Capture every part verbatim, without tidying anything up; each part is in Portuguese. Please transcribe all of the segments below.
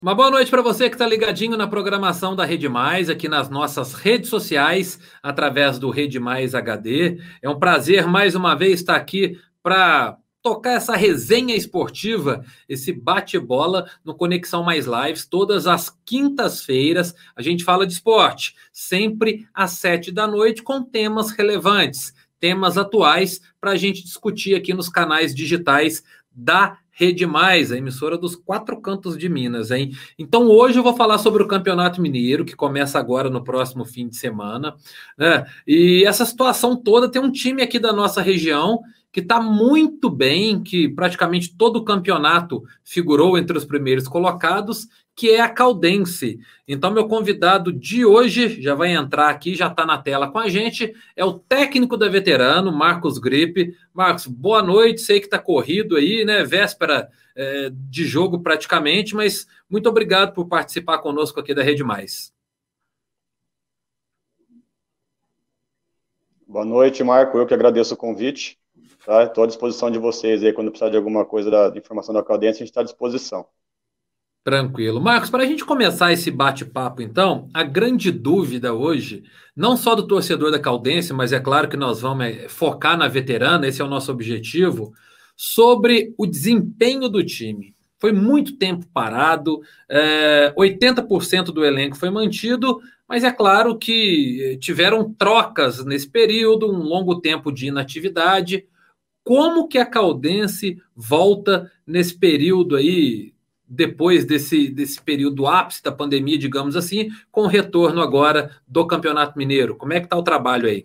Uma boa noite para você que está ligadinho na programação da Rede Mais, aqui nas nossas redes sociais, através do Rede Mais H D. É um prazer mais uma vez estar aqui para tocar essa resenha esportiva, esse bate-bola no Conexão Mais Lives, todas as quintas-feiras. A gente fala de esporte, sempre às sete da noite, com temas relevantes, temas atuais, para a gente discutir aqui nos canais digitais da Rede Mais, a emissora dos quatro cantos de Minas, hein? Então hoje eu vou falar sobre o Campeonato Mineiro, que começa agora no próximo fim de semana, né? E essa situação toda, tem um time aqui da nossa região que está muito bem, que praticamente todo o campeonato figurou entre os primeiros colocados, que é a Caldense. Então, meu convidado de hoje já vai entrar aqui, já está na tela com a gente, é o técnico da Veterano, Marcos Gripe. Marcos, boa noite, sei que está corrido aí, né? Véspera é, de jogo praticamente, mas muito obrigado por participar conosco aqui da Rede Mais. Boa noite, Marco. Eu que agradeço o convite. Tá? Estou à disposição de vocês aí, quando precisar de alguma coisa da de informação da Caldense, a gente está à disposição. Tranquilo. Marcos, para a gente começar esse bate-papo, então, a grande dúvida hoje, não só do torcedor da Caldense, mas é claro que nós vamos focar na veterana, esse é o nosso objetivo, sobre o desempenho do time. Foi muito tempo parado, é, oitenta por cento do elenco foi mantido, mas é claro que tiveram trocas nesse período, um longo tempo de inatividade. Como que a Caldense volta nesse período aí, depois desse, desse período ápice da pandemia, digamos assim, com o retorno agora do Campeonato Mineiro? Como é que está o trabalho aí?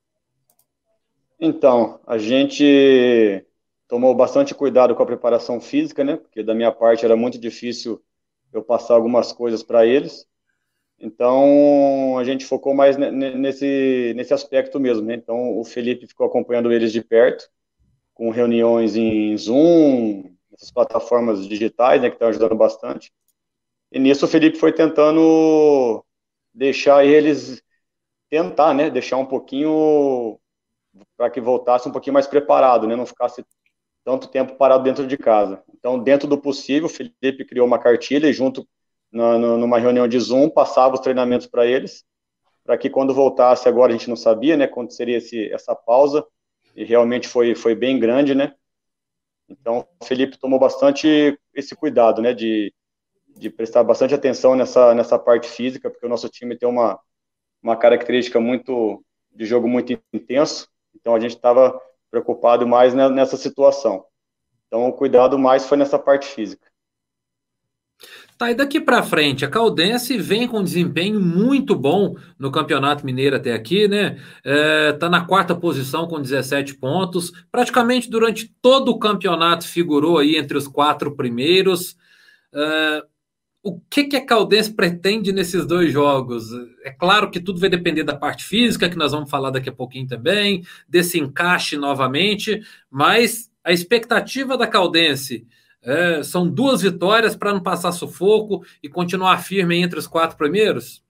Então, a gente tomou bastante cuidado com a preparação física, né? Porque da minha parte era muito difícil eu passar algumas coisas para eles. Então, a gente focou mais nesse, nesse aspecto mesmo, né? Então, o Felipe ficou acompanhando eles de perto, com reuniões em Zoom, essas plataformas digitais, né, que estão ajudando bastante. E nisso o Felipe foi tentando deixar eles, tentar, né, deixar um pouquinho, para que voltasse um pouquinho mais preparado, né, não ficasse tanto tempo parado dentro de casa. Então, dentro do possível, o Felipe criou uma cartilha e junto, na, numa reunião de Zoom, passava os treinamentos para eles, para que quando voltasse, agora a gente não sabia, né, quando seria esse, essa pausa, e realmente foi, foi bem grande, né, então o Felipe tomou bastante esse cuidado, né, de de prestar bastante atenção nessa, nessa parte física, porque o nosso time tem uma, uma característica muito de jogo muito intenso, então a gente estava preocupado mais nessa situação. Então o cuidado mais foi nessa parte física. Tá, e daqui para frente, a Caldense vem com um desempenho muito bom no Campeonato Mineiro até aqui, né? É, tá na quarta posição com dezessete pontos, praticamente durante todo o campeonato figurou aí entre os quatro primeiros. É, o que, que a Caldense pretende nesses dois jogos? É claro que tudo vai depender da parte física, que nós vamos falar daqui a pouquinho também, desse encaixe novamente, mas a expectativa da Caldense é, são duas vitórias para não passar sufoco e continuar firme entre os quatro primeiros?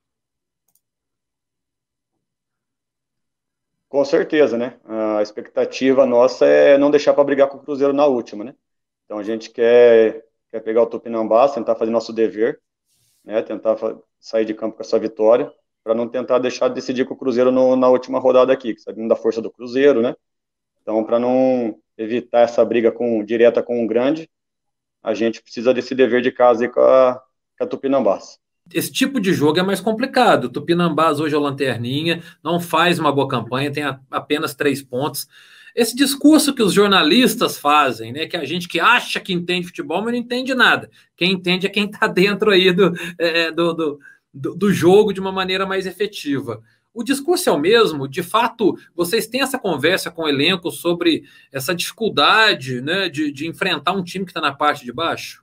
Com certeza, né? A expectativa nossa é não deixar para brigar com o Cruzeiro na última, né? Então a gente quer, quer pegar o Tupinambás, tentar fazer nosso dever, né? Tentar sair de campo com essa vitória, para não tentar deixar de decidir com o Cruzeiro no, na última rodada aqui, que sabendo da força do Cruzeiro, né? Então, para não evitar essa briga com, direta com o grande, a gente precisa desse dever de casa aí com a, com a Tupinambás. Esse tipo de jogo é mais complicado. O Tupinambás hoje é o lanterninha, não faz uma boa campanha, tem a, apenas três pontos. Esse discurso que os jornalistas fazem, né, que a gente que acha que entende futebol, mas não entende nada. Quem entende é quem está dentro aí do, é, do, do, do jogo de uma maneira mais efetiva. O discurso é o mesmo, de fato, vocês têm essa conversa com o elenco sobre essa dificuldade, né, de, de enfrentar um time que está na parte de baixo?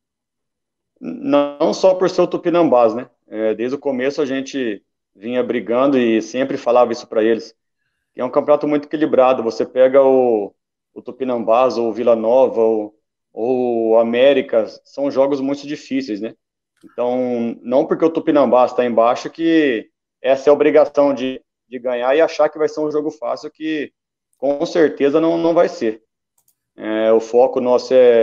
Não só por ser o Tupinambás, né? É, desde o começo a gente vinha brigando e sempre falava isso para eles. É um campeonato muito equilibrado. Você pega o, o Tupinambás ou o Vila Nova ou, ou o América, são jogos muito difíceis, né? Então, não porque o Tupinambás está embaixo que essa é a obrigação de, de ganhar e achar que vai ser um jogo fácil, que com certeza não, não vai ser. É, o foco nosso é,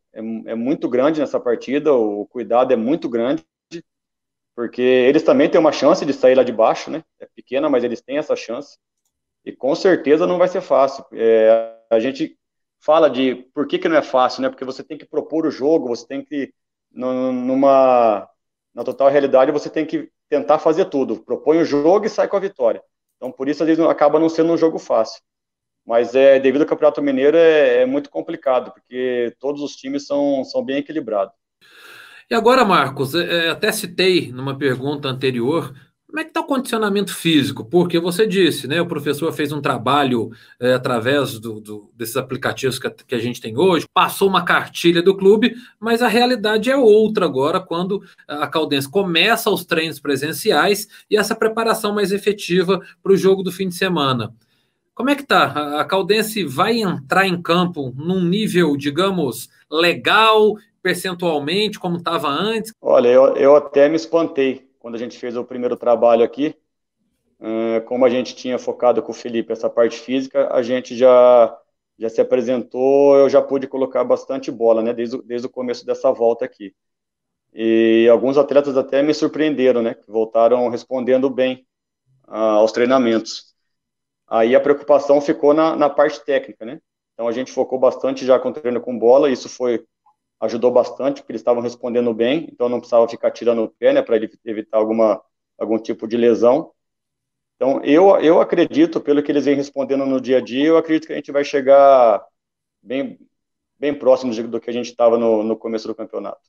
é, é muito grande nessa partida, o cuidado é muito grande, porque eles também têm uma chance de sair lá de baixo, né? É pequena, mas eles têm essa chance. E com certeza não vai ser fácil. É, a gente fala de por que, que não é fácil, né? Porque você tem que propor o jogo, você tem que, numa, na total realidade, você tem que tentar fazer tudo. Propõe o jogo e sai com a vitória. Então, por isso, às vezes, acaba não sendo um jogo fácil. Mas, é, devido ao Campeonato Mineiro, é, é muito complicado, porque todos os times são, são bem equilibrados. E agora, Marcos, é, é, até citei numa pergunta anterior, como é que está o condicionamento físico? Porque você disse, né? O professor fez um trabalho é, através do, do- desses aplicativos que a, que a gente tem hoje, passou uma cartilha do clube, mas a realidade é outra agora, quando a Caldense começa os treinos presenciais e essa preparação mais efetiva para o jogo do fim de semana. Como é que tá? A a Caldense vai entrar em campo num nível, digamos, legal, percentualmente, como estava antes? Olha, eu, eu até me espantei quando a gente fez o primeiro trabalho aqui. É, como a gente tinha focado com o Felipe essa parte física, a gente já, já se apresentou, eu já pude colocar bastante bola, né, desde, o- desde o começo dessa volta aqui. E alguns atletas até me surpreenderam, né, que voltaram respondendo bem ah, aos treinamentos. Aí a preocupação ficou na, na parte técnica, né? Então a gente focou bastante já com o treino com bola, isso foi ajudou bastante, porque eles estavam respondendo bem, então não precisava ficar tirando o pé, né, para evitar alguma algum tipo de lesão. Então, eu, eu acredito, pelo que eles vêm respondendo no dia a dia, eu acredito que a gente vai chegar bem, bem próximo do que a gente estava no, no começo do campeonato.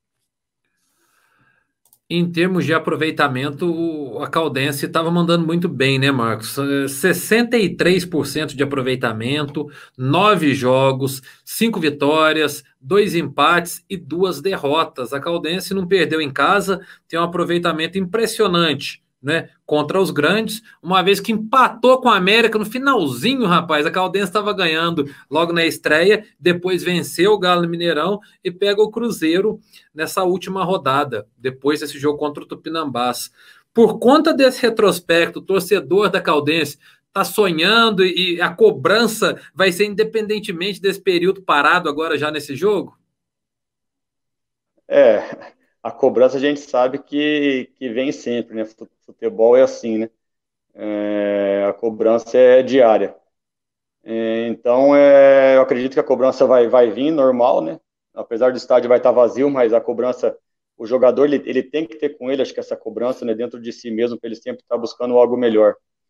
Em termos de aproveitamento, a Caldense estava mandando muito bem, né, Marcos? Eh, sessenta e três por cento de aproveitamento, nove jogos, cinco vitórias, dois empates e duas derrotas. A Caldense não perdeu em casa, tem um aproveitamento impressionante, né, contra os grandes, uma vez que empatou com a América no finalzinho, rapaz. A Caldense estava ganhando logo na estreia, depois venceu o Galo Mineirão e pega o Cruzeiro nessa última rodada, depois desse jogo contra o Tupinambás. Por conta desse retrospecto, o torcedor da Caldense está sonhando e a cobrança vai ser independentemente desse período parado agora já nesse jogo? É, a cobrança a gente sabe que, que vem sempre, né? Futebol é assim, né? É, a cobrança é diária. É, então, é, eu acredito que a cobrança vai, vai vir normal, né? Apesar do estádio vai estar vazio, mas a cobrança, o jogador ele, ele tem que ter com ele, acho que essa cobrança, né, dentro de si mesmo, para ele sempre estar buscando algo melhor.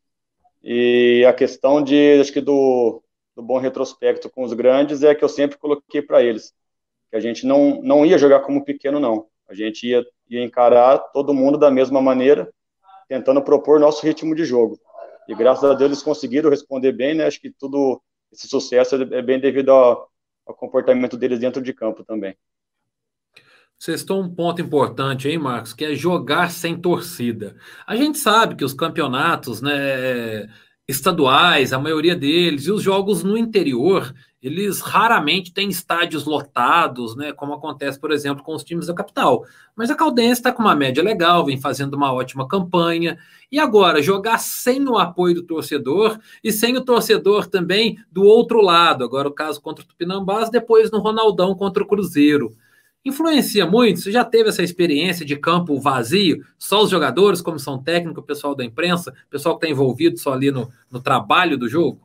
E a questão de, acho que do, do bom retrospecto com os grandes é que eu sempre coloquei para eles, que a gente não, não ia jogar como pequeno, não. A gente ia, ia encarar todo mundo da mesma maneira, tentando propor nosso ritmo de jogo. E graças a Deus eles conseguiram responder bem, né? Acho que tudo, esse sucesso é bem devido ao, ao comportamento deles dentro de campo também. Vocês estão um ponto importante aí, Marcos, que é jogar sem torcida. A gente sabe que os campeonatos, né, estaduais, a maioria deles, e os jogos no interior, eles raramente têm estádios lotados, né, como acontece, por exemplo, com os times da capital. Mas a Caldense está com uma média legal, vem fazendo uma ótima campanha. E agora, jogar sem o apoio do torcedor e sem o torcedor também do outro lado. Agora, o caso contra o Tupinambás, depois no Ronaldão contra o Cruzeiro. Influencia muito? Você já teve essa experiência de campo vazio? Só os jogadores, comissão técnica, o pessoal da imprensa, o pessoal que está envolvido só ali no, no trabalho do jogo?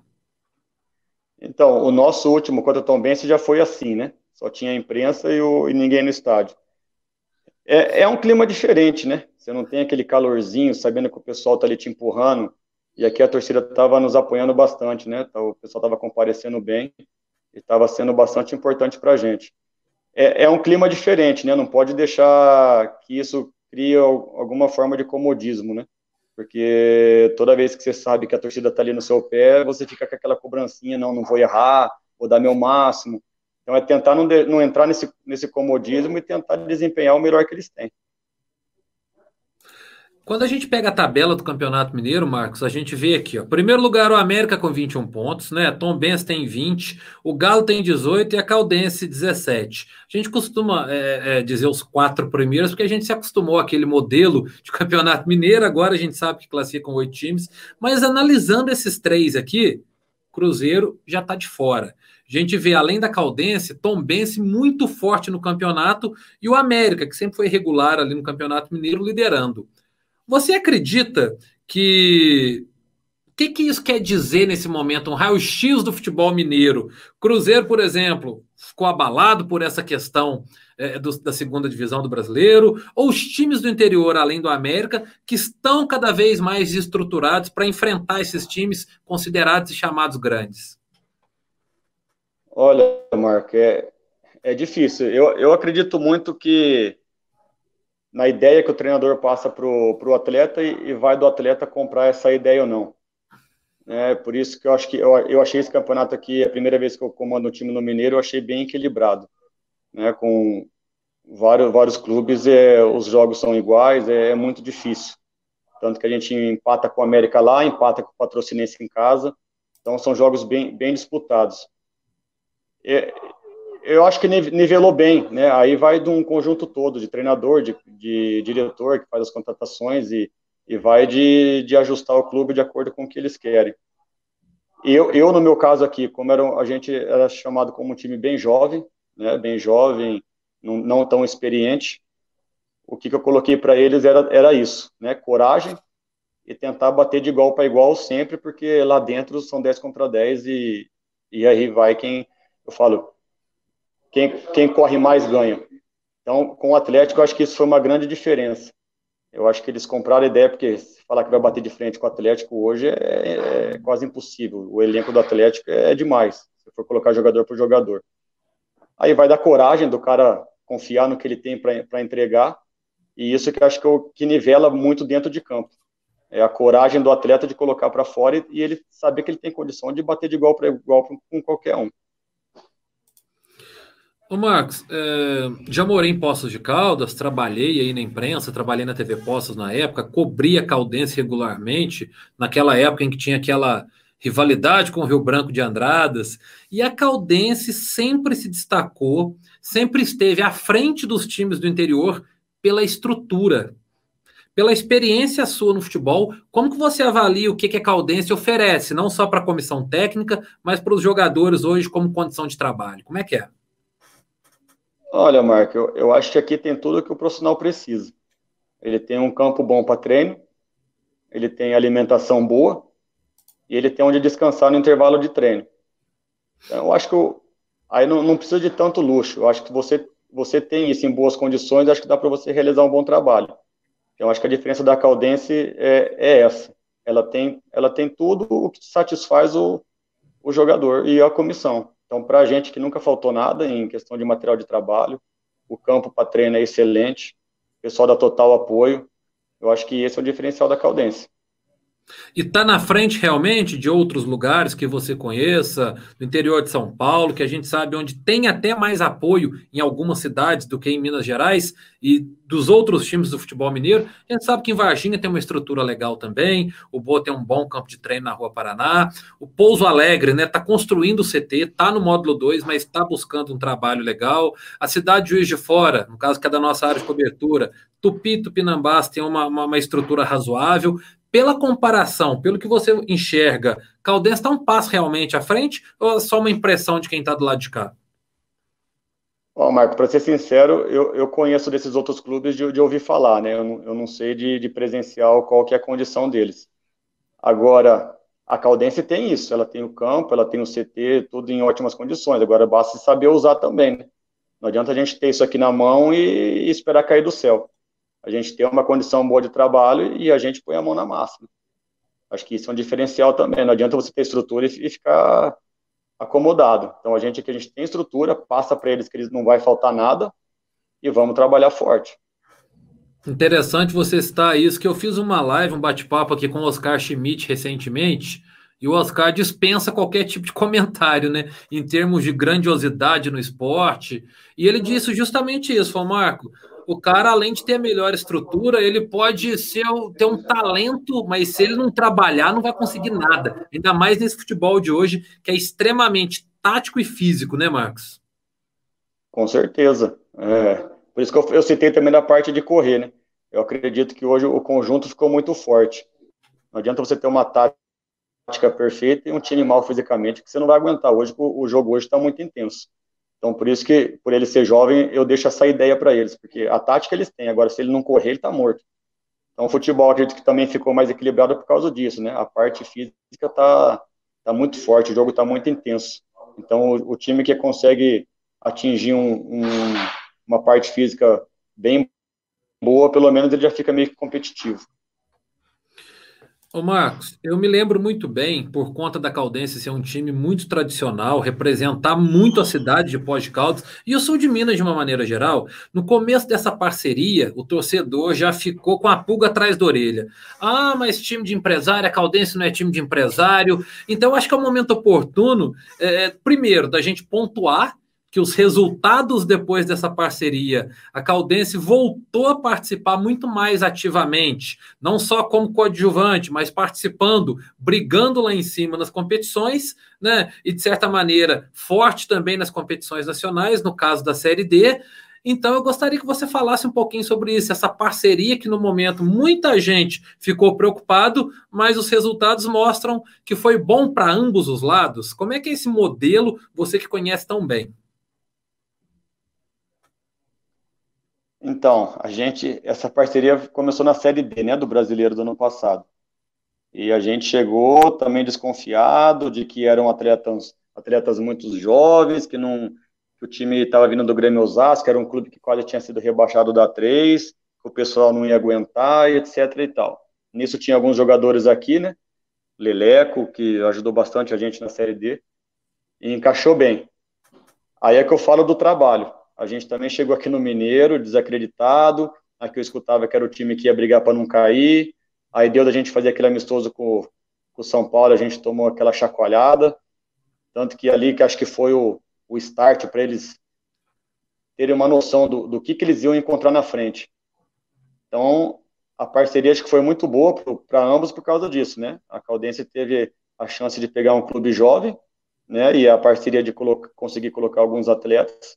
Então, o nosso último contra o Tombense já foi assim, né? Só tinha a imprensa e, o, e ninguém no estádio. É, é um clima diferente, né? Você não tem aquele calorzinho, sabendo que o pessoal tá ali te empurrando. E aqui a torcida estava nos apoiando bastante, né? Então, o pessoal estava comparecendo bem e estava sendo bastante importante para a gente. É, é um clima diferente, né? Não pode deixar que isso crie alguma forma de comodismo, né? Porque toda vez que você sabe que a torcida está ali no seu pé, você fica com aquela cobrancinha, não, não vou errar, vou dar meu máximo. Então é tentar não, de, não entrar nesse, nesse comodismo e tentar desempenhar o melhor que eles têm. Quando a gente pega a tabela do Campeonato Mineiro, Marcos, a gente vê aqui, ó. Primeiro lugar, o América com vinte e um pontos, né? Tom Benz tem vinte, o Galo tem dezoito e a Caldense dezessete. A gente costuma é, é, dizer os quatro primeiros, porque a gente se acostumou àquele modelo de Campeonato Mineiro, agora a gente sabe que classificam oito times, mas analisando esses três aqui, Cruzeiro já está de fora. A gente vê, além da Caldense, Tombense muito forte no campeonato e o América, que sempre foi regular ali no Campeonato Mineiro, liderando. Você acredita que... O que, que isso quer dizer nesse momento? Um raio-x do futebol mineiro. Cruzeiro, por exemplo, ficou abalado por essa questão é, do, da segunda divisão do brasileiro, ou os times do interior, além do América, que estão cada vez mais estruturados para enfrentar esses times considerados e chamados grandes? Olha, Marco, é, é difícil. Eu, eu acredito muito que na ideia que o treinador passa para o atleta e, e vai do atleta comprar essa ideia ou não. É, por isso que eu acho que eu, eu achei esse campeonato aqui, a primeira vez que eu comando um time no Mineiro, eu achei bem equilibrado, né, com vários, vários clubes, é, os jogos são iguais, é, é muito difícil, tanto que a gente empata com o América lá, empata com o Patrocinense em casa, então são jogos bem, bem disputados. É, eu acho que nivelou bem, né, aí vai de um conjunto todo, de treinador, de, de diretor que faz as contratações e e vai de, de ajustar o clube de acordo com o que eles querem. Eu, eu no meu caso aqui, como era, a gente era chamado como um time bem jovem, né, bem jovem, não, não tão experiente, o que, que eu coloquei para eles era, era isso, né, coragem e tentar bater de igual para igual sempre, porque lá dentro são dez contra dez e, e aí vai quem, eu falo, quem, quem corre mais ganha. Então, com o Atlético, eu acho que isso foi uma grande diferença. Eu acho que eles compraram a ideia, porque se falar que vai bater de frente com o Atlético hoje é, é quase impossível. O elenco do Atlético é demais, se for colocar jogador por jogador. Aí vai dar coragem do cara confiar no que ele tem para entregar, e isso que eu acho que, eu, que nivela muito dentro de campo. É a coragem do atleta de colocar para fora e, e ele saber que ele tem condição de bater de igual para igual com qualquer um. Ô Marcos, é, já morei em Poços de Caldas, trabalhei aí na imprensa, trabalhei na T V Poços na época, cobria Caldense regularmente, naquela época em que tinha aquela rivalidade com o Rio Branco de Andradas, e a Caldense sempre se destacou, sempre esteve à frente dos times do interior pela estrutura, pela experiência sua no futebol. Como que você avalia o que, que a Caldense oferece, não só para a comissão técnica, mas para os jogadores hoje como condição de trabalho? Como é que é? Olha, Marco, eu, eu acho que aqui tem tudo que o profissional precisa. Ele tem um campo bom para treino, ele tem alimentação boa e ele tem onde descansar no intervalo de treino. Então, eu acho que eu, aí não, não precisa de tanto luxo. Eu acho que você, você tem isso em boas condições, acho que dá para você realizar um bom trabalho. Então, acho que a diferença da Caldense é, é essa. Ela tem, ela tem tudo o que satisfaz o, o jogador e a comissão. Então, para a gente que nunca faltou nada em questão de material de trabalho, o campo para treino é excelente, o pessoal dá total apoio. Eu acho que esse é o diferencial da Caldense. E está na frente realmente de outros lugares que você conheça, no interior de São Paulo, que a gente sabe onde tem até mais apoio em algumas cidades do que em Minas Gerais e dos outros times do futebol mineiro. A gente sabe que em Varginha tem uma estrutura legal também, o Boa tem um bom campo de treino na Rua Paraná, o Pouso Alegre, né, está construindo o C T, está no módulo dois, mas está buscando um trabalho legal. A cidade de Juiz de Fora, no caso que é da nossa área de cobertura, Tupi, Tupinambás tem uma, uma, uma estrutura razoável. Pela comparação, pelo que você enxerga, Caldense está um passo realmente à frente ou é só uma impressão de quem está do lado de cá? Ó, oh, Marco, para ser sincero, eu, eu conheço desses outros clubes de, de ouvir falar, né? Eu não, eu não sei de, de presencial qual que é a condição deles. Agora, a Caldense tem isso, ela tem o campo, ela tem o C T, tudo em ótimas condições. Agora, basta saber usar também, né? Não adianta a gente ter isso aqui na mão e, e esperar cair do céu. A gente tem uma condição boa de trabalho e a gente põe a mão na massa. Acho que isso é um diferencial também. Não adianta você ter estrutura e ficar acomodado. Então, a gente aqui, a gente tem estrutura, passa para eles que eles não vai faltar nada e vamos trabalhar forte. Interessante você citar isso, que eu fiz uma live, um bate-papo aqui com o Oscar Schmidt recentemente, e o Oscar dispensa qualquer tipo de comentário, né, em termos de grandiosidade no esporte, e ele disse justamente isso, falou, Marco, o cara, além de ter a melhor estrutura, ele pode ser, ter um talento, mas se ele não trabalhar, não vai conseguir nada, ainda mais nesse futebol de hoje, que é extremamente tático e físico, né, Marcos? Com certeza, é, por isso que eu, eu citei também da parte de correr, né, eu acredito que hoje o conjunto ficou muito forte, não adianta você ter uma tática perfeita e um time mal fisicamente que você não vai aguentar. Hoje o, o jogo hoje está muito intenso. Então, por isso que, por ele ser jovem, eu deixo essa ideia para eles, porque a tática eles têm. Agora, se ele não correr, ele está morto. Então, o futebol, acredito que também ficou mais equilibrado por causa disso, né? A parte física está tá muito forte, o jogo está muito intenso. Então, o, o time que consegue atingir um, um, uma parte física bem boa, pelo menos ele já fica meio que competitivo. Ô Marcos, eu me lembro muito bem, por conta da Caldense ser um time muito tradicional, representar muito a cidade de Poços de Caldas, e o sul de Minas de uma maneira geral, no começo dessa parceria, o torcedor já ficou com a pulga atrás da orelha. Ah, mas time de empresário, a Caldense não é time de empresário. Então, acho que é o momento oportuno, é, primeiro, da gente pontuar que os resultados depois dessa parceria, a Caldense voltou a participar muito mais ativamente, não só como coadjuvante, mas participando, brigando lá em cima nas competições, né? E de certa maneira forte também nas competições nacionais, no caso da Série D. Então eu gostaria que você falasse um pouquinho sobre isso, essa parceria que no momento muita gente ficou preocupado, mas os resultados mostram que foi bom para ambos os lados. Como é que é esse modelo, você que conhece tão bem? Então, a gente, essa parceria começou na Série D, né, do Brasileiro do ano passado. E a gente chegou também desconfiado de que eram atletas, atletas muito jovens, que não, que o time estava vindo do Grêmio Osasco, que era um clube que quase tinha sido rebaixado da três, que o pessoal não ia aguentar, e etc e tal. Nisso tinha alguns jogadores aqui, né, Leleco, que ajudou bastante a gente na Série D, e encaixou bem. Aí é que eu falo do trabalho. A gente também chegou aqui no Mineiro, desacreditado. Aqui eu escutava que era o time que ia brigar para não cair. Aí deu da gente fazer aquele amistoso com, com o São Paulo, a gente tomou aquela chacoalhada. Tanto que ali, que acho que foi o, o start para eles terem uma noção do, do que, que eles iam encontrar na frente. Então, a parceria acho que foi muito boa para ambos por causa disso, né? A Caldense teve a chance de pegar um clube jovem, né? E a parceria de colo- conseguir colocar alguns atletas.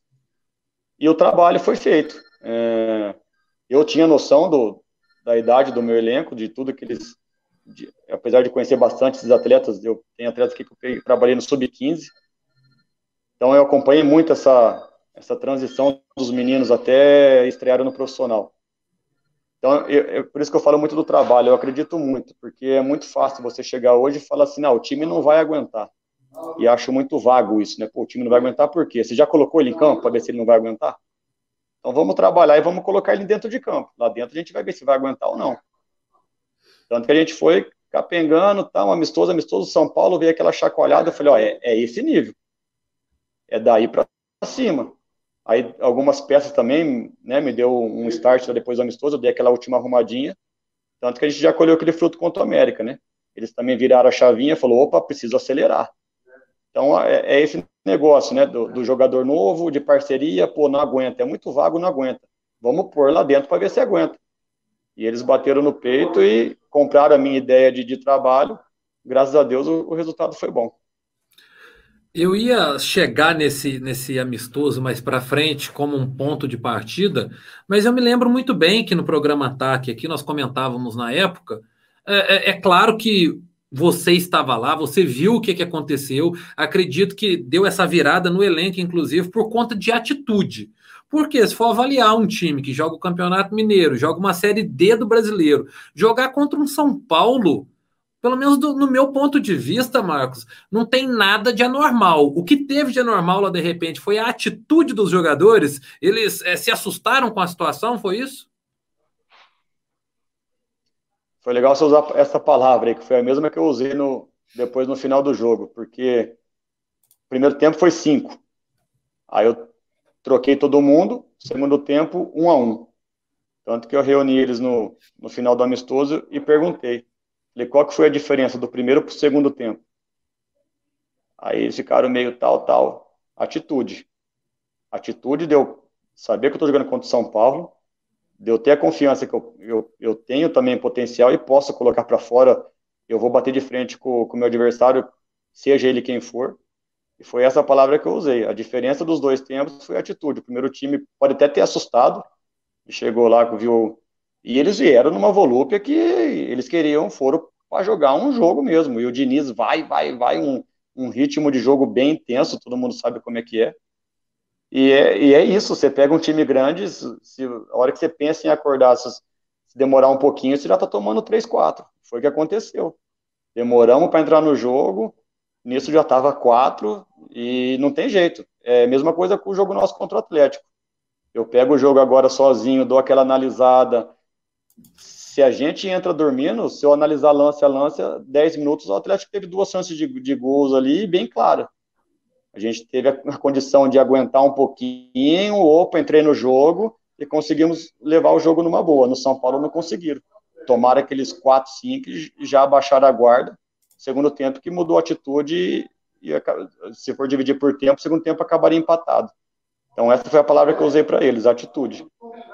E o trabalho foi feito. É, eu tinha noção do, da idade do meu elenco, de tudo que eles... De, apesar de conhecer bastante esses atletas, eu tenho atletas aqui que eu peguei, trabalhei no sub quinze, então eu acompanhei muito essa, essa transição dos meninos até estrear no profissional. Então, eu, eu, por isso que eu falo muito do trabalho, eu acredito muito, porque é muito fácil você chegar hoje e falar assim, não, o time não vai aguentar. E acho muito vago isso, né? Pô, o time não vai aguentar por quê? Você já colocou ele em campo para ver se ele não vai aguentar? Então vamos trabalhar e vamos colocar ele dentro de campo. Lá dentro a gente vai ver se vai aguentar ou não. Tanto que a gente foi capengando, tá, um amistoso, amistoso, São Paulo, veio aquela chacoalhada, eu falei, ó, é, é esse nível. É daí para cima. Aí algumas peças também, né, me deu um start depois do amistoso, eu dei aquela última arrumadinha, tanto que a gente já colheu aquele fruto contra o América, né? Eles também viraram a chavinha, falou, opa, preciso acelerar. Então, é, é esse negócio, né, do, do jogador novo, de parceria, pô, não aguenta, é muito vago, não aguenta. Vamos pôr lá dentro para ver se aguenta. E eles bateram no peito e compraram a minha ideia de, de trabalho. Graças a Deus, o, o resultado foi bom. Eu ia chegar nesse, nesse amistoso mais para frente como um ponto de partida, mas eu me lembro muito bem que no programa Ataque, aqui nós comentávamos na época, é, é, é claro que você estava lá, você viu o que, que aconteceu, acredito que deu essa virada no elenco, inclusive, por conta de atitude. Porque se for avaliar um time que joga o Campeonato Mineiro, joga uma Série D do Brasileiro, jogar contra um São Paulo, pelo menos do, no meu ponto de vista, Marcos, não tem nada de anormal. O que teve de anormal lá, de repente, foi a atitude dos jogadores? Eles é, se assustaram com a situação, foi isso? Foi legal você usar essa palavra aí, que foi a mesma que eu usei no, depois no final do jogo, porque o primeiro tempo foi cinco. Aí eu troquei todo mundo, segundo tempo, um a um. Tanto que eu reuni eles no, no final do amistoso e perguntei. Falei, qual que foi a diferença do primeiro para o segundo tempo? Aí eles ficaram meio tal, tal. Atitude. Atitude de eu saber que eu estou jogando contra o São Paulo, de eu ter a confiança que eu, eu, eu tenho também potencial e posso colocar para fora, eu vou bater de frente com o meu adversário, seja ele quem for. E foi essa palavra que eu usei. A diferença dos dois tempos foi a atitude. O primeiro time pode até ter assustado, e chegou lá, viu, e eles vieram numa volúpia que eles queriam, foram para jogar um jogo mesmo. E o Diniz vai, vai, vai, um, um ritmo de jogo bem intenso, todo mundo sabe como é que é. E é, e é isso, você pega um time grande, se, a hora que você pensa em acordar, se, se demorar um pouquinho, você já está tomando três quatro. Foi o que aconteceu. Demoramos para entrar no jogo, nisso já estava quatro e não tem jeito. É a mesma coisa com o jogo nosso contra o Atlético. Eu pego o jogo agora sozinho, dou aquela analisada. Se a gente entra dormindo, se eu analisar lance a lance, dez minutos, o Atlético teve duas chances de, de gols ali, bem claro. A gente teve a condição de aguentar um pouquinho, opa, entrei no jogo e conseguimos levar o jogo numa boa. No São Paulo não conseguiram. Tomaram aqueles quatro, cinco e já abaixaram a guarda. Segundo tempo que mudou a atitude e, se for dividir por tempo, segundo tempo acabaria empatado. Então essa foi a palavra que eu usei para eles, atitude.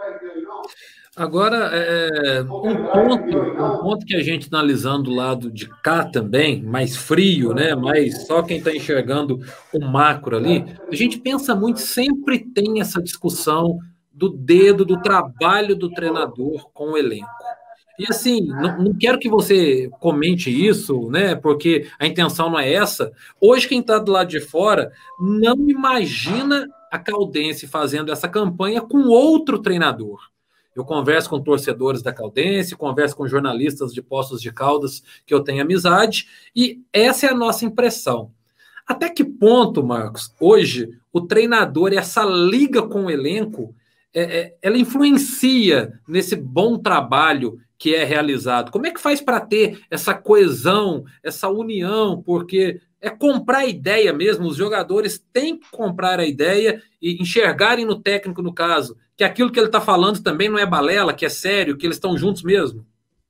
Agora, é, um ponto, um ponto que a gente analisando do lado de cá também, mais frio, né? Mas só quem está enxergando o macro ali, a gente pensa muito, sempre tem essa discussão do dedo, do trabalho do treinador com o elenco. E assim, não, não quero que você comente isso, né? Porque a intenção não é essa. Hoje, quem está do lado de fora não imagina a Caldense fazendo essa campanha com outro treinador. Eu converso com torcedores da Caldense, converso com jornalistas de Poços de Caldas que eu tenho amizade, e essa é a nossa impressão. Até que ponto, Marcos, hoje o treinador, essa liga com o elenco, é, é, ela influencia nesse bom trabalho que é realizado? Como é que faz para ter essa coesão, essa união? Porque é comprar a ideia mesmo, os jogadores têm que comprar a ideia e enxergarem no técnico, no caso, que aquilo que ele está falando também não é balela, que é sério, que eles estão juntos mesmo.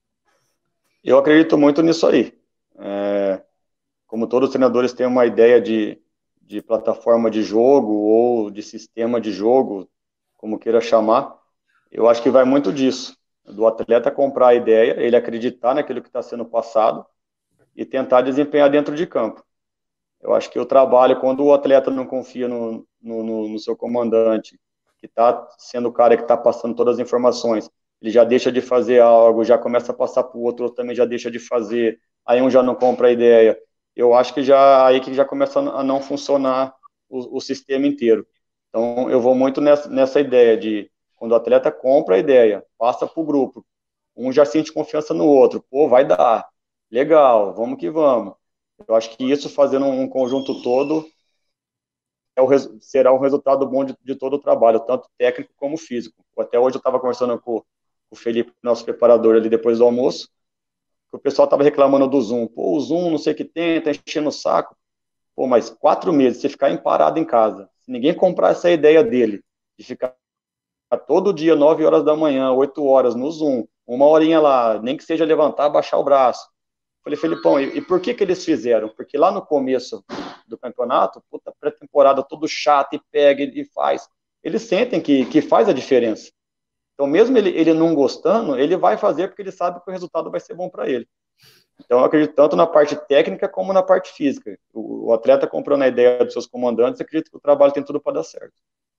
Eu acredito muito nisso aí. É, como todos os treinadores têm uma ideia de, de plataforma de jogo ou de sistema de jogo, como queira chamar, eu acho que vai muito disso, do atleta comprar a ideia, ele acreditar naquilo que está sendo passado e tentar desempenhar dentro de campo. Eu acho que o trabalho, quando o atleta não confia no, no, no seu comandante, que está sendo o cara que está passando todas as informações, ele já deixa de fazer algo, já começa a passar para o outro, outro também já deixa de fazer, aí um já não compra a ideia. Eu acho que já aí que já começa a não funcionar o, o sistema inteiro. Então, eu vou muito nessa, nessa ideia de, quando o atleta compra a ideia, passa para o grupo, um já sente confiança no outro, pô, vai dar, legal, vamos que vamos. Eu acho que isso, fazendo um conjunto todo, é o, será um resultado bom de, de todo o trabalho, tanto técnico como físico. Até hoje eu estava conversando com, com o Felipe, nosso preparador, ali depois do almoço, que o pessoal estava reclamando do Zoom. Pô, o Zoom, não sei o que tem, tá enchendo o saco. Pô, mas quatro meses, você ficar parado em casa, se ninguém comprar essa ideia dele, de ficar todo dia, nove horas da manhã, oito horas no Zoom, uma horinha lá, nem que seja levantar, baixar o braço. Falei, Felipão, e, e por que que eles fizeram? Porque lá no começo do campeonato, puta, pré-temporada, tudo chato, e pega e faz. Eles sentem que, que faz a diferença. Então, mesmo ele, ele não gostando, ele vai fazer porque ele sabe que o resultado vai ser bom para ele. Então, eu acredito tanto na parte técnica como na parte física. O, o atleta comprando a ideia dos seus comandantes, acredito que o trabalho tem tudo para dar certo.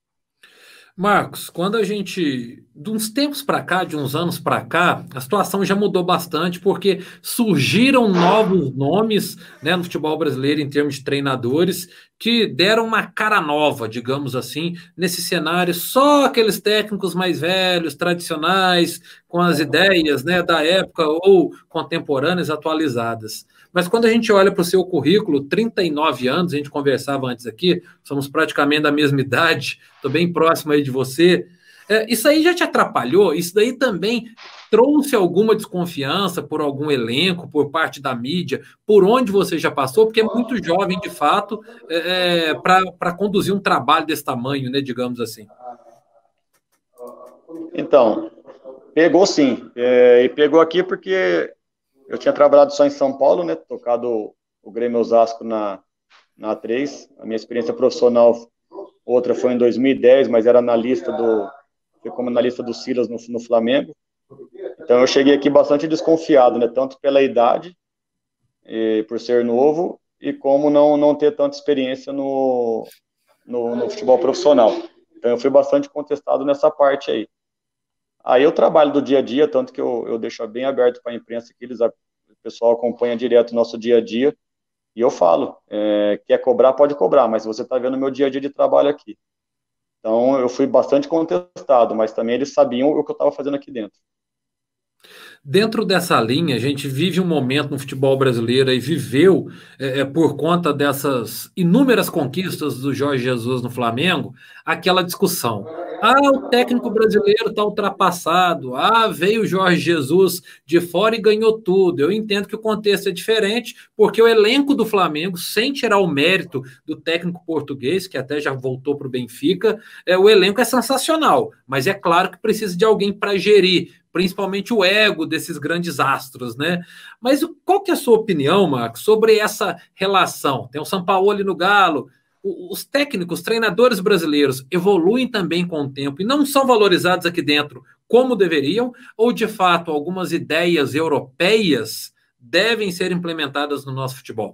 Marcos, quando a gente, de uns tempos para cá, de uns anos para cá, a situação já mudou bastante, porque surgiram novos nomes, né, no futebol brasileiro em termos de treinadores que deram uma cara nova, digamos assim, nesse cenário. Só aqueles técnicos mais velhos, tradicionais, com as ideias, né, da época ou contemporâneas, atualizadas. Mas quando a gente olha para o seu currículo, trinta e nove anos, a gente conversava antes aqui, somos praticamente da mesma idade, estou bem próximo aí de você. É, isso aí já te atrapalhou? Isso daí também trouxe alguma desconfiança por algum elenco, por parte da mídia, por onde você já passou? Porque é muito jovem, de fato, é, é, para conduzir um trabalho desse tamanho, né, digamos assim. Então, pegou sim. É, e pegou aqui porque eu tinha trabalhado só em São Paulo, né? Tocado o Grêmio Osasco na, na A três. A minha experiência profissional, outra foi em dois mil e dez, mas era analista do, foi como analista do Silas no, no Flamengo. Então eu cheguei aqui bastante desconfiado, né? Tanto pela idade, e, por ser novo, e como não, não ter tanta experiência no, no, no futebol profissional. Então eu fui bastante contestado nessa parte aí. Aí eu trabalho do dia a dia, tanto que eu, eu deixo bem aberto para a imprensa que eles pessoal acompanha direto o nosso dia a dia, e eu falo, é, quer cobrar, pode cobrar, mas você está vendo o meu dia a dia de trabalho aqui. Então, eu fui bastante contestado, mas também eles sabiam o que eu estava fazendo aqui dentro. Dentro dessa linha, a gente vive um momento no futebol brasileiro e viveu, é, é, por conta dessas inúmeras conquistas do Jorge Jesus no Flamengo, aquela discussão. Ah, o técnico brasileiro está ultrapassado. Ah, veio o Jorge Jesus de fora e ganhou tudo. Eu entendo que o contexto é diferente, porque o elenco do Flamengo, sem tirar o mérito do técnico português, que até já voltou para o Benfica, é, o elenco é sensacional, mas é claro que precisa de alguém para gerir, principalmente o ego desses grandes astros, né? Mas qual que é a sua opinião, Marcos, sobre essa relação? Tem o Sampaoli no Galo, os técnicos, treinadores brasileiros evoluem também com o tempo e não são valorizados aqui dentro como deveriam, ou de fato algumas ideias europeias devem ser implementadas no nosso futebol?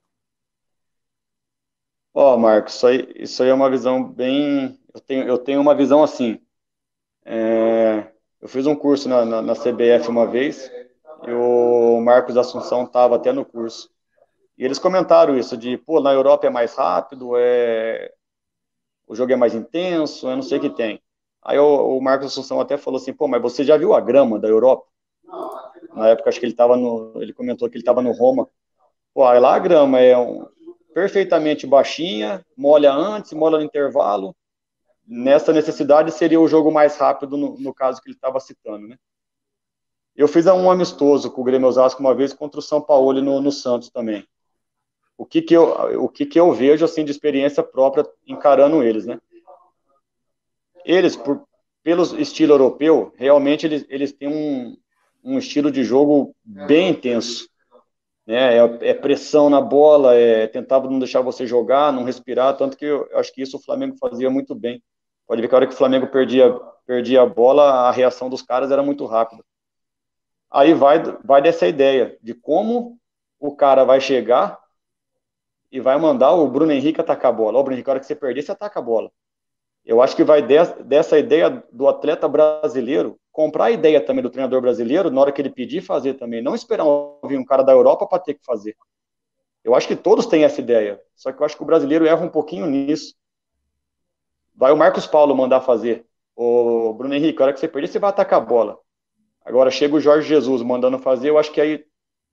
Ó, oh, Marcos, isso aí, isso aí é uma visão bem... Eu tenho, eu tenho uma visão assim, é... eu fiz um curso na, na, na C B F uma vez, e o Marcos Assunção estava até no curso. E eles comentaram isso, de, pô, na Europa é mais rápido, é... o jogo é mais intenso, eu não sei o que tem. Aí o, o Marcos Assunção até falou assim, pô, mas você já viu a grama da Europa? Na época, acho que ele estava no... Ele comentou que ele estava no Roma. Pô, aí lá a grama é um... perfeitamente baixinha, molha antes, molha no intervalo. Nessa necessidade seria o jogo mais rápido, no, no caso que ele estava citando, né? Eu fiz um amistoso com o Grêmio Osasco uma vez contra o São Paulo no, no Santos também. O que que eu, o que que eu vejo, assim, de experiência própria encarando eles, né? Eles, por, pelo estilo europeu, realmente eles, eles têm um, um estilo de jogo bem intenso. Né? É, é pressão na bola, é tentar não deixar você jogar, não respirar, tanto que eu, eu acho que isso o Flamengo fazia muito bem. Pode ver que a hora que o Flamengo perdia, perdia a bola, a reação dos caras era muito rápida. Aí vai, vai dessa ideia de como o cara vai chegar e vai mandar o Bruno Henrique atacar a bola. Ó, Bruno Henrique, a hora que você perder, você ataca a bola. Eu acho que vai dessa, dessa ideia do atleta brasileiro, comprar a ideia também do treinador brasileiro, na hora que ele pedir, fazer também. Não esperar vir um cara da Europa para ter que fazer. Eu acho que todos têm essa ideia, só que eu acho que o brasileiro erra um pouquinho nisso. Vai o Marcos Paulo mandar fazer. O Bruno Henrique, a hora que você perder, você vai atacar a bola. Agora chega o Jorge Jesus mandando fazer, eu acho que aí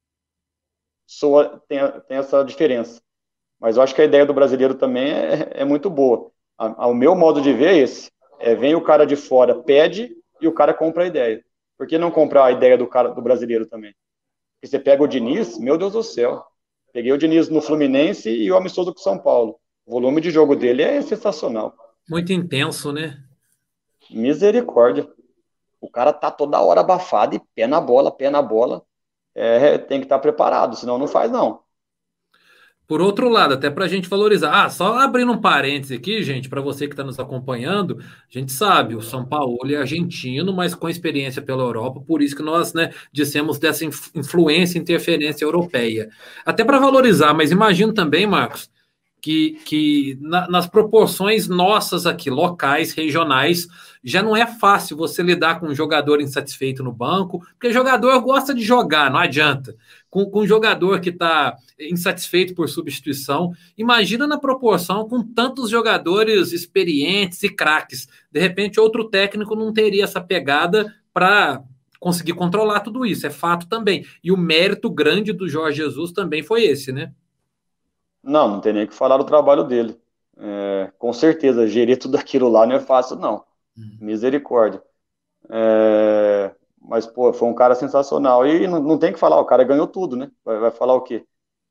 soa, tem, tem essa diferença. Mas eu acho que a ideia do brasileiro também é, é muito boa. O meu modo de ver é esse. É, vem o cara de fora, pede, e o cara compra a ideia. Por que não comprar a ideia do cara do brasileiro também? Porque você pega o Diniz, meu Deus do céu. Peguei o Diniz no Fluminense e o amistoso com o São Paulo. O volume de jogo dele é sensacional. Muito intenso, né? Misericórdia. O cara tá toda hora abafado e pé na bola, pé na bola. É, tem que estar preparado, senão não faz não. Por outro lado, até para a gente valorizar. Ah, só abrindo um parêntese aqui, gente, para você que está nos acompanhando, a gente sabe, o São Paulo é argentino, mas com experiência pela Europa, por isso que nós, né, dissemos dessa influência e interferência europeia. Até para valorizar, mas imagino também, Marcos, que, que na, nas proporções nossas aqui, locais, regionais, já não é fácil você lidar com um jogador insatisfeito no banco, porque jogador gosta de jogar, não adianta. Com, com um jogador que está insatisfeito por substituição, imagina na proporção com tantos jogadores experientes e craques. De repente, outro técnico não teria essa pegada para conseguir controlar tudo isso, é fato também. E o mérito grande do Jorge Jesus também foi esse, né? Não, não tem nem o que falar do trabalho dele. É, com certeza, gerir tudo aquilo lá não é fácil, não. Hum. Misericórdia. É, mas, pô, foi um cara sensacional. E não, não tem que falar, o cara ganhou tudo, né? Vai, vai falar o quê?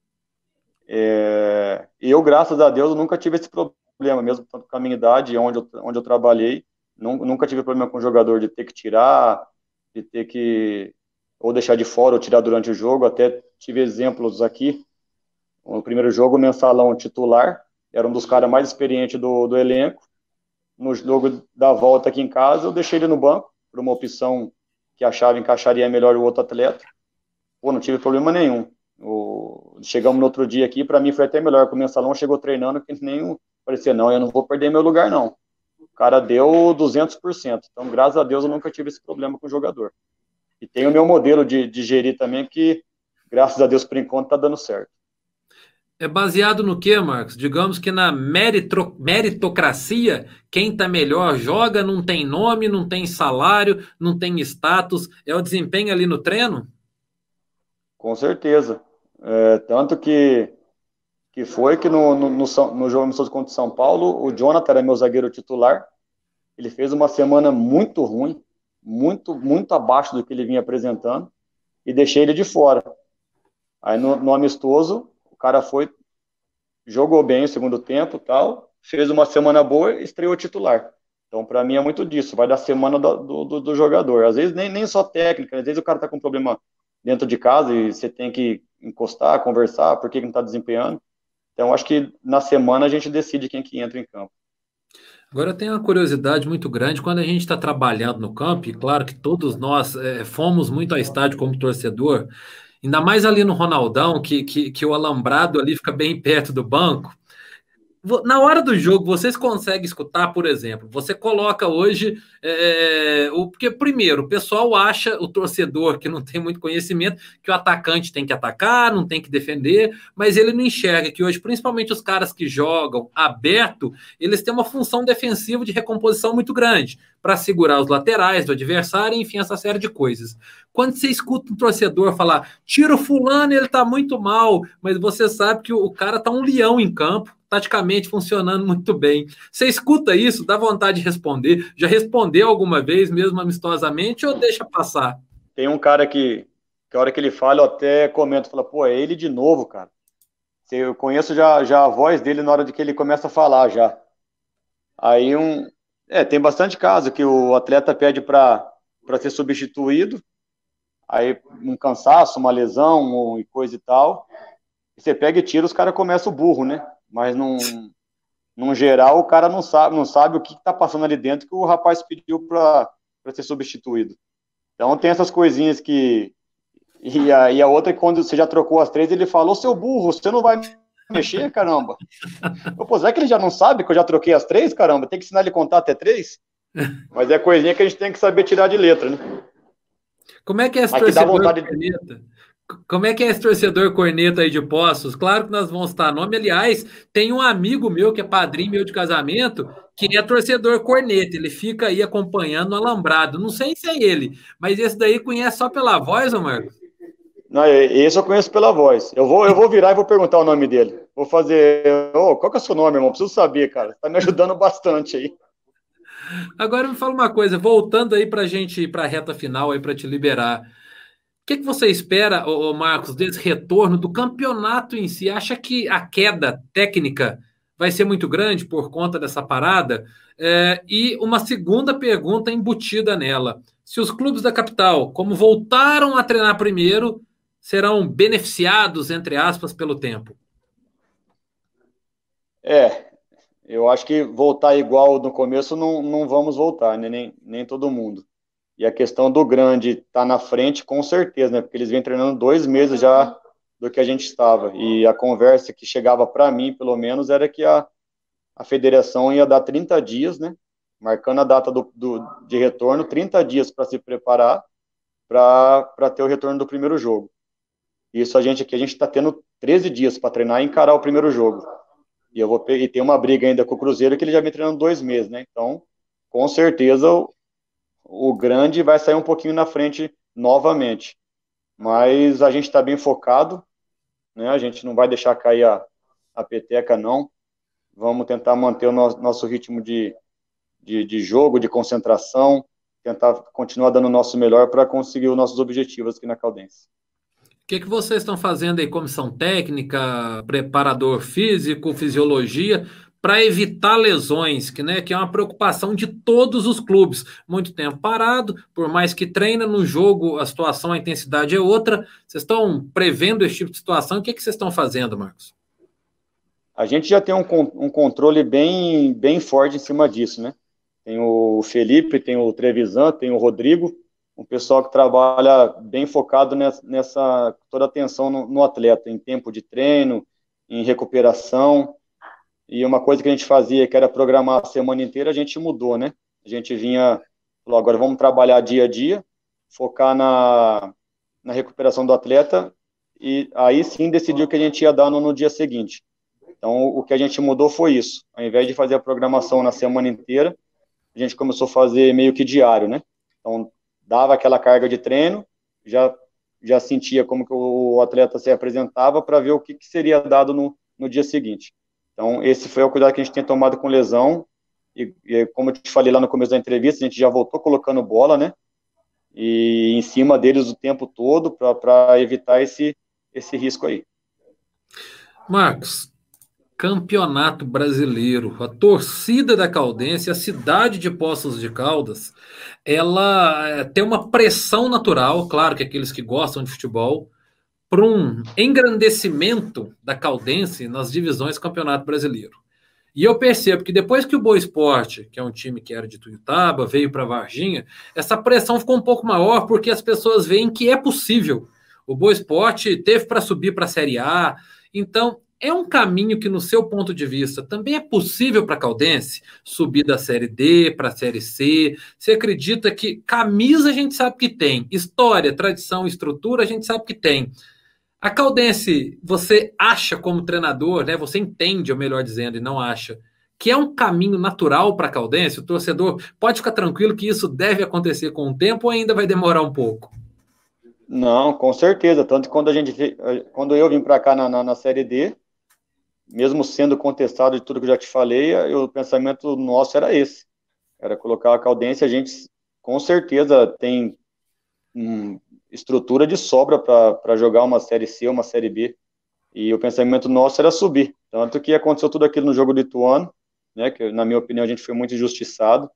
É, eu, graças a Deus, nunca tive esse problema, mesmo com a minha idade, onde eu, onde eu trabalhei, nunca tive problema com o jogador de ter que tirar, de ter que ou deixar de fora ou tirar durante o jogo. Até tive exemplos aqui. No primeiro jogo, o Mensalão titular, era um dos caras mais experientes do, do elenco. No jogo da volta aqui em casa, eu deixei ele no banco, por uma opção que achava encaixaria melhor o outro atleta. Pô, não tive problema nenhum. O... Chegamos no outro dia aqui, para mim foi até melhor, porque o Mensalão chegou treinando, que nem parecia, não, eu não vou perder meu lugar, não. O cara deu duzentos por cento. Então, graças a Deus, eu nunca tive esse problema com o jogador. E tem o meu modelo de, de gerir também, que graças a Deus, por enquanto, está dando certo. É baseado no quê, Marcos? Digamos que na meritro, meritocracia, quem está melhor joga, não tem nome, não tem salário, não tem status, é o desempenho ali no treino? Com certeza. É, tanto que, que foi que no, no, no, no jogo amistoso contra o São Paulo, o Jonathan era meu zagueiro titular, ele fez uma semana muito ruim, muito, muito abaixo do que ele vinha apresentando, e deixei ele de fora. Aí no, no amistoso, o cara foi, jogou bem o segundo tempo, tal, fez uma semana boa e estreou titular. Então, para mim, é muito disso, vai da semana do, do, do jogador. Às vezes, nem, nem só técnica, às vezes o cara tá com problema dentro de casa e você tem que encostar, conversar, por que que não tá desempenhando. Então, acho que na semana a gente decide quem que entra em campo. Agora tem uma curiosidade muito grande, quando a gente está trabalhando no campo, e claro que todos nós é, fomos muito ao estádio como torcedor, ainda mais ali no Ronaldão, que, que, que o alambrado ali fica bem perto do banco. Na hora do jogo, vocês conseguem escutar, por exemplo, você coloca hoje, é, o, porque primeiro, o pessoal acha, o torcedor que não tem muito conhecimento, que o atacante tem que atacar, não tem que defender, mas ele não enxerga que hoje, principalmente os caras que jogam aberto, eles têm uma função defensiva de recomposição muito grande, para segurar os laterais do adversário, enfim, essa série de coisas. Quando você escuta um torcedor falar, tira o fulano, ele tá muito mal, mas você sabe que o cara tá um leão em campo, taticamente funcionando muito bem. Você escuta isso, dá vontade de responder? Já respondeu alguma vez, mesmo amistosamente, ou deixa passar? Tem um cara que, que a hora que ele fala, eu até comento, fala, pô, é ele de novo, cara. Eu conheço já, já a voz dele na hora de que ele começa a falar já. Aí um... É, tem bastante caso que o atleta pede para ser substituído, aí um cansaço, uma lesão e coisa e tal, e você pega e tira, os caras começam o burro, né? Mas num, num geral o cara não sabe, não sabe o que está passando ali dentro que o rapaz pediu para ser substituído. Então tem essas coisinhas que... E a, e a outra que quando você já trocou as três, ele falou, seu burro, você não vai mexer, caramba. Eu, pô, será que ele já não sabe que eu já troquei as três, caramba? Tem que ensinar ele a contar até três? Mas é coisinha que a gente tem que saber tirar de letra, né? Como é que é esse Aqui dá torcedor vontade de... corneta? Como é que é esse torcedor corneta aí de Poços? Claro que nós vamos citar nome. Aliás, tem um amigo meu que é padrinho meu de casamento, que é torcedor corneta. Ele fica aí acompanhando o alambrado. Não sei se é ele, mas esse daí conhece só pela voz, ô Marcos? Não, esse eu conheço pela voz. Eu vou, eu vou virar e vou perguntar o nome dele. Vou fazer... Oh, qual que é o seu nome, irmão? Preciso saber, cara. Tá me ajudando bastante aí. Agora me fala uma coisa, voltando aí para a gente ir para a reta final aí para te liberar. O que, que você espera, ô, ô Marcos, desse retorno do campeonato em si? Acha que a queda técnica vai ser muito grande por conta dessa parada? É, e uma segunda pergunta embutida nela: se os clubes da capital, como voltaram a treinar primeiro, serão beneficiados, entre aspas, pelo tempo? É, eu acho que voltar igual no começo não, não vamos voltar, né? Nem, nem todo mundo. E a questão do grande estar tá na frente, com certeza, né? Porque eles vêm treinando dois meses já do que a gente estava. E a conversa que chegava para mim, pelo menos, era que a, a federação ia dar trinta dias, né? Marcando a data do, do, de retorno, trinta dias para se preparar para ter o retorno do primeiro jogo. Isso a gente aqui, a gente está tendo treze dias para treinar e encarar o primeiro jogo. E, eu vou, e tem uma briga ainda com o Cruzeiro que ele já vem treinando dois meses, né? Então, com certeza, o, o grande vai sair um pouquinho na frente novamente. Mas a gente está bem focado, né? A gente não vai deixar cair a, a peteca, não. Vamos tentar manter o nosso, nosso ritmo de, de, de jogo, de concentração, tentar continuar dando o nosso melhor para conseguir os nossos objetivos aqui na Caldense. O que, que vocês estão fazendo aí, comissão técnica, preparador físico, fisiologia, para evitar lesões, que, né, que é uma preocupação de todos os clubes. Muito tempo parado, por mais que treina no jogo, a situação, a intensidade é outra. Vocês estão prevendo esse tipo de situação? O que, que vocês estão fazendo, Marcos? A gente já tem um, um controle bem, bem forte em cima disso, né? Tem o Felipe, tem o Trevisan, tem o Rodrigo, um pessoal que trabalha bem focado nessa, nessa toda a atenção no, no atleta, em tempo de treino, em recuperação. E uma coisa que a gente fazia, que era programar a semana inteira, a gente mudou, né? A gente vinha, falou, agora vamos trabalhar dia a dia, focar na, na recuperação do atleta e aí sim decidiu que a gente ia dar no, no dia seguinte. Então, o que a gente mudou foi isso. Ao invés de fazer a programação na semana inteira, a gente começou a fazer meio que diário, né? Então, dava aquela carga de treino, já, já sentia como que o atleta se apresentava para ver o que, que seria dado no, no dia seguinte. Então, esse foi o cuidado que a gente tem tomado com lesão, e, e como eu te falei lá no começo da entrevista, a gente já voltou colocando bola, né? E em cima deles o tempo todo para evitar esse, esse risco aí. Marcos, Campeonato Brasileiro, a torcida da Caldense, a cidade de Poços de Caldas, ela é, tem uma pressão natural, claro que aqueles que gostam de futebol, para um engrandecimento da Caldense nas divisões do Campeonato Brasileiro. E eu percebo que depois que o Boa Esporte, que é um time que era de Tuiutaba, veio para Varginha, essa pressão ficou um pouco maior porque as pessoas veem que é possível. O Boa Esporte teve para subir para a Série A, então é um caminho que, no seu ponto de vista, também é possível para a Caldense subir da Série D para a Série C. Você acredita que camisa a gente sabe que tem, história, tradição, estrutura a gente sabe que tem. A Caldense, você acha como treinador, né? Você entende, ou melhor dizendo, e não acha, que é um caminho natural para a Caldense? O torcedor pode ficar tranquilo que isso deve acontecer com o tempo ou ainda vai demorar um pouco? Não, com certeza. Tanto que quando, a gente, quando eu vim para cá na, na, na Série D, mesmo sendo contestado de tudo que eu já te falei, eu, o pensamento nosso era esse. Era colocar a Caldense, a gente com certeza tem hum, estrutura de sobra para jogar uma Série C, uma Série B. E o pensamento nosso era subir. Tanto que aconteceu tudo aquilo no jogo do Ituano, né, que na minha opinião a gente foi muito injustiçado.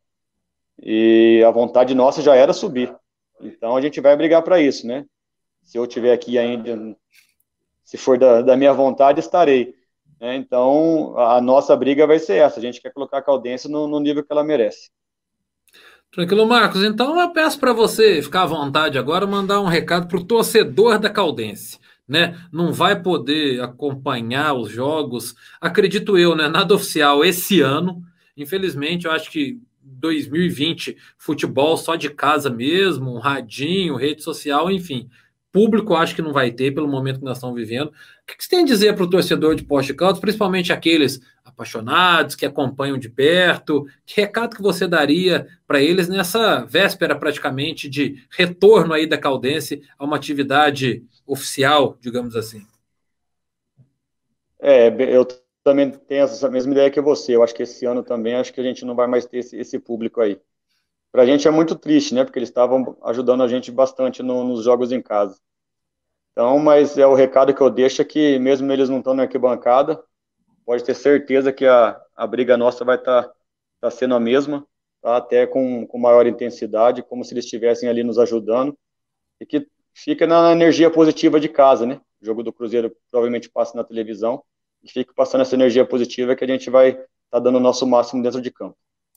E a vontade nossa já era subir. Então a gente vai brigar para isso, né? Se eu estiver aqui ainda, se for da, da minha vontade, estarei. Né? Então a nossa briga vai ser essa. A gente quer colocar a Caldense no, no nível que ela merece. Tranquilo, Marcos. Então eu peço para você ficar à vontade agora, mandar um recado para o torcedor da Caldense. Né? Não vai poder acompanhar os jogos, acredito eu, né? Nada oficial esse ano. Infelizmente, eu acho que dois mil e vinte, futebol só de casa mesmo, um radinho, rede social, enfim. Público acho que não vai ter pelo momento que nós estamos vivendo. O que você tem a dizer para o torcedor de Poços de Caldas, principalmente aqueles apaixonados, que acompanham de perto? Que recado que você daria para eles nessa véspera praticamente de retorno aí da Caldense a uma atividade oficial, digamos assim? É, eu também tenho essa mesma ideia que você. Eu acho que esse ano também, acho que a gente não vai mais ter esse, esse público aí. Pra gente é muito triste, né? Porque eles estavam ajudando a gente bastante no, nos jogos em casa. Então, mas é o recado que eu deixo é que mesmo eles não estão na arquibancada, pode ter certeza que a, a briga nossa vai estar tá, tá sendo a mesma, tá? Até com, com maior intensidade, como se eles estivessem ali nos ajudando. E que fica na energia positiva de casa, né? O jogo do Cruzeiro provavelmente passa na televisão, e fica passando essa energia positiva que a gente vai estar tá dando o nosso máximo dentro de campo.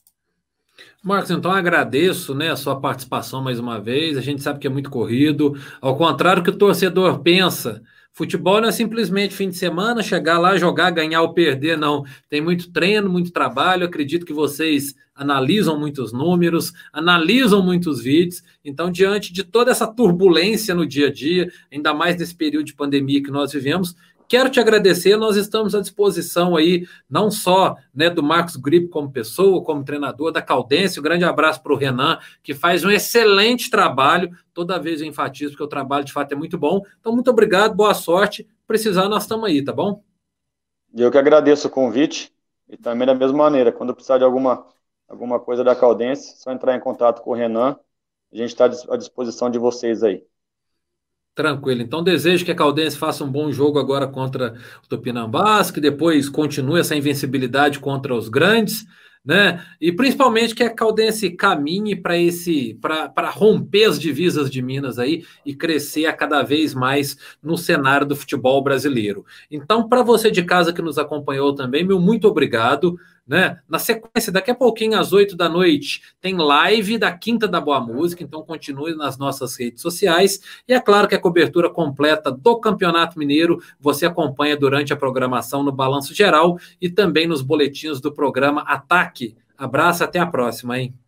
Marcos, então agradeço, né, a sua participação mais uma vez. A gente sabe que é muito corrido. Ao contrário do que o torcedor pensa, futebol não é simplesmente fim de semana, chegar lá, jogar, ganhar ou perder, não. Tem muito treino, muito trabalho. Acredito que vocês analisam muitos números, analisam muitos vídeos. Então, diante de toda essa turbulência no dia a dia, ainda mais nesse período de pandemia que nós vivemos, quero te agradecer, nós estamos à disposição aí, não só, né, do Marcos Grip como pessoa, como treinador, da Caldense. Um grande abraço para o Renan, que faz um excelente trabalho, toda vez eu enfatizo, porque o trabalho de fato é muito bom. Então, muito obrigado, boa sorte, precisar nós estamos aí, tá bom? Eu que agradeço o convite, e também da mesma maneira, quando precisar de alguma, alguma coisa da Caldense, só entrar em contato com o Renan, a gente está à disposição de vocês aí. Tranquilo. Então desejo que a Caldense faça um bom jogo agora contra o Tupinambás, que depois continue essa invencibilidade contra os grandes, né? E principalmente que a Caldense caminhe para esse, para romper as divisas de Minas aí e crescer a cada vez mais no cenário do futebol brasileiro. Então, para você de casa que nos acompanhou também, meu muito obrigado. Né? Na sequência, daqui a pouquinho, às oito da noite, tem live da Quinta da Boa Música, então continue nas nossas redes sociais. E é claro que a cobertura completa do Campeonato Mineiro você acompanha durante a programação no Balanço Geral e também nos boletins do programa Ataque. Abraço, até a próxima, hein?